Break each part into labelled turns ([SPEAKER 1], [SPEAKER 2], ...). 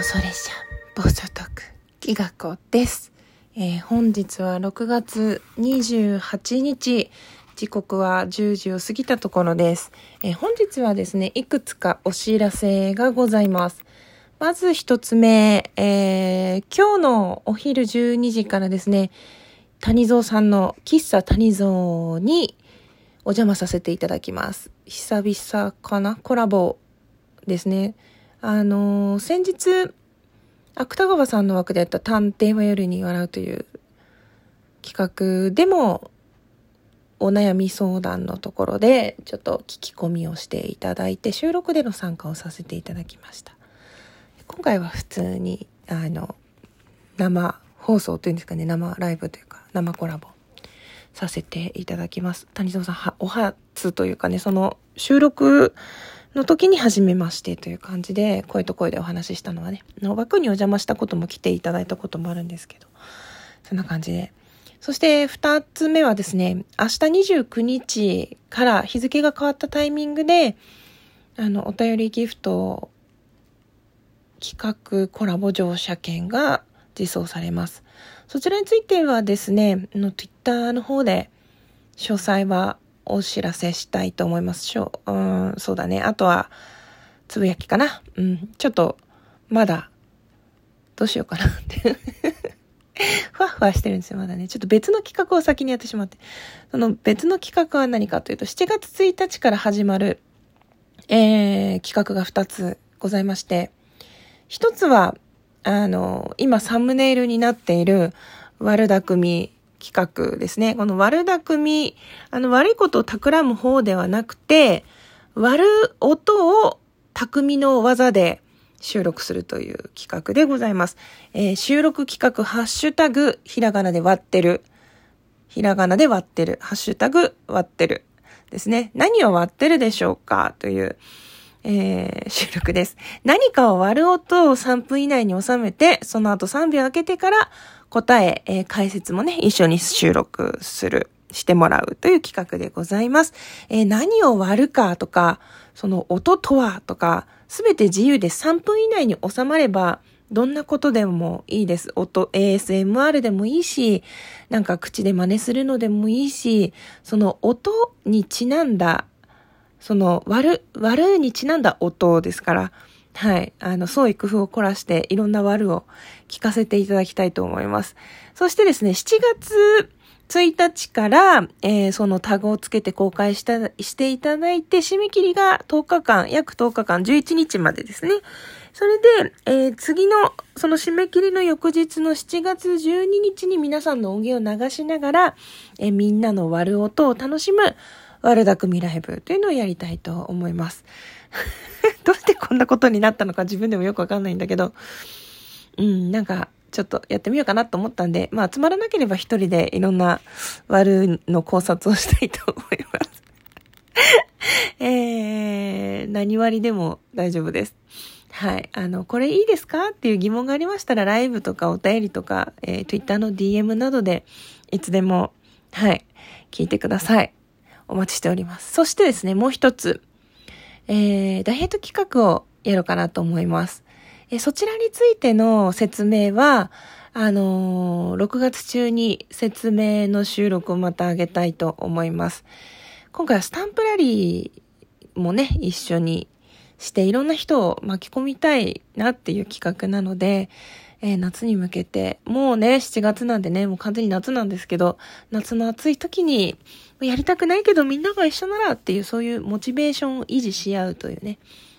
[SPEAKER 1] そ列車暴走トークきがこです。本日は6月28日、時刻は10時を過ぎたところです。本日はですね、いくつかお知らせがございます。まず一つ目、今日のお昼12時からですね、谷蔵さんの喫茶谷蔵にお邪魔させていただきます。久々かな、コラボですね。先日芥川さんの枠でやった探偵は夜に笑うという企画でもお悩み相談のところでちょっと聞き込みをしていただいて、収録での参加をさせていただきました。今回は普通に生放送というんですかね、生ライブというか生コラボさせていただきます。谷蔵さんお初というかね、その収録の時に初めましてという感じで声と声でお話ししたのはね、枠にお邪魔したことも来ていただいたこともあるんですけど、そんな感じで。そして二つ目はですね、明日29日から日付が変わったタイミングでお便りギフト企画コラボ乗車券が実装されます。そちらについてはですね、Twitter の方で詳細はお知らせしたいと思います。そうだね。あとはつぶやきかな。ちょっとまだどうしようかなってふわふわしてるんですよ、まだね。ちょっと別の企画を先にやってしまって。その別の企画は何かというと、7月1日から始まる、企画が2つございまして、1つは今サムネイルになっている悪巧み企画ですね。この悪巧み、悪いことを企む方ではなくて、割る音を匠の技で収録するという企画でございます。収録企画、ハッシュタグ、ひらがなで割ってる。ひらがなで割ってる。ハッシュタグ、割ってる。ですね。何を割ってるでしょうかという、収録です。何かを割る音を3分以内に収めて、その後3秒空けてから答え、解説もね、一緒に収録してもらうという企画でございます。何を割るかとか、その音とはとか、すべて自由で3分以内に収まれば、どんなことでもいいです。音、ASMR でもいいし、なんか口で真似するのでもいいし、その音にちなんだ、その割るにちなんだ音ですから、はい。創意工夫を凝らしていろんな割るを聞かせていただきたいと思います。そしてですね、7月1日から、そのタグをつけて公開していただいて、締め切りが約10日間、11日までですね。それで、次の、その締め切りの翌日の7月12日に皆さんの音源を流しながら、みんなの割る音を楽しむ悪巧みライブというのをやりたいと思います。どうしてこんなことになったのか自分でもよくわかんないんだけど、なんかちょっとやってみようかなと思ったんで、つまらなければ一人でいろんな悪の考察をしたいと思います。何割でも大丈夫です。はい。これいいですかっていう疑問がありましたら、ライブとかお便りとか、Twitter の DM などでいつでも、はい、聞いてください。お待ちしております。そしてですね、もう一つ、ダイエット企画をやろうかなと思います。そちらについての説明は、6月中に説明の収録をまた上げたいと思います。今回はスタンプラリーもね、一緒にしていろんな人を巻き込みたいなっていう企画なので、夏に向けて、もうね、7月なんでね、もう完全に夏なんですけど、夏の暑い時に、やりたくないけどみんなが一緒ならっていう、そういうモチベーションを維持し合うというね、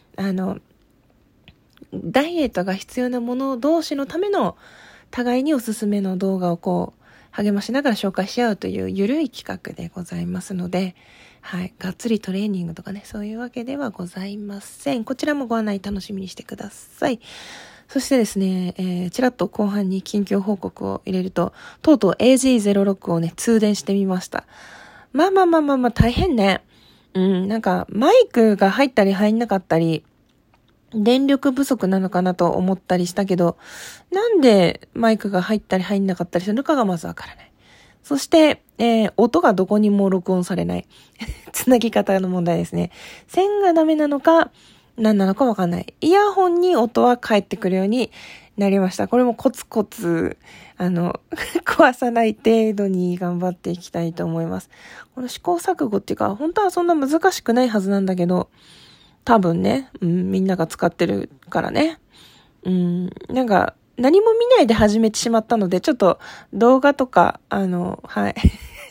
[SPEAKER 1] ダイエットが必要なもの同士のための、互いにおすすめの動画を励ましながら紹介し合うというゆるい企画でございますので、はい、がっつりトレーニングとかね、そういうわけではございません。こちらもご案内楽しみにしてください。そしてですね、ちらっと後半に近況報告を入れると、とうとう AG06 をね、通電してみました。大変ね。なんか、マイクが入ったり入んなかったり、電力不足なのかなと思ったりしたけど、なんでマイクが入ったり入んなかったりするのかがまずわからない。そして、音がどこにも録音されない。つなぎ方の問題ですね。線がダメなのか、 何なのかわかんない。イヤホンに音は返ってくるようになりました。これもコツコツ、壊さない程度に頑張っていきたいと思います。この試行錯誤っていうか、本当はそんな難しくないはずなんだけど、多分ね、みんなが使ってるからね。なんか、何も見ないで始めてしまったので、ちょっと動画とか、はい。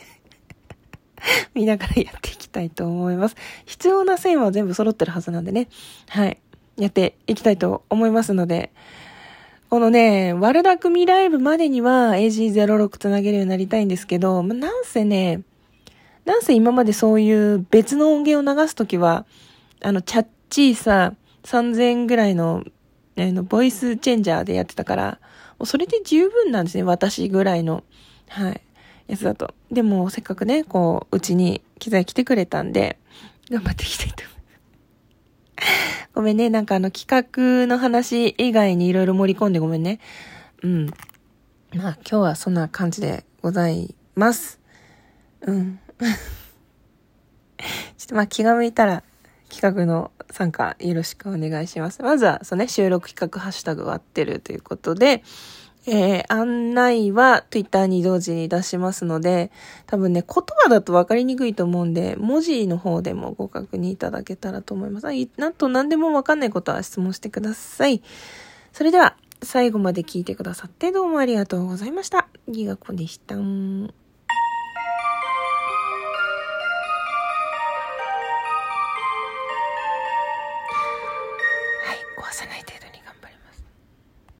[SPEAKER 1] 見ながらやっていきたいと思います。必要な線は全部揃ってるはずなんでね。はい。やっていきたいと思いますので、このね、悪巧みライブまでには AG06 つなげるようになりたいんですけど、なんせ今までそういう別の音源を流すときは、チャッチーさ3000円ぐらいの、ボイスチェンジャーでやってたから、もうそれで十分なんですね、私ぐらいの。はい。やつだと。でも、せっかくね、うちに機材来てくれたんで、頑張っていきたいと思います。ごめんね、企画の話以外にいろいろ盛り込んでごめんね。まあ、今日はそんな感じでございます。ちょっと気が向いたら、企画の参加よろしくお願いします。まずは、収録企画ハッシュタグ割ってるということで、案内は Twitter に同時に出しますので、多分ね、言葉だと分かりにくいと思うんで、文字の方でもご確認いただけたらと思います。何でも分かんないことは質問してください。それでは、最後まで聞いてくださってどうもありがとうございました。ギガ子でした。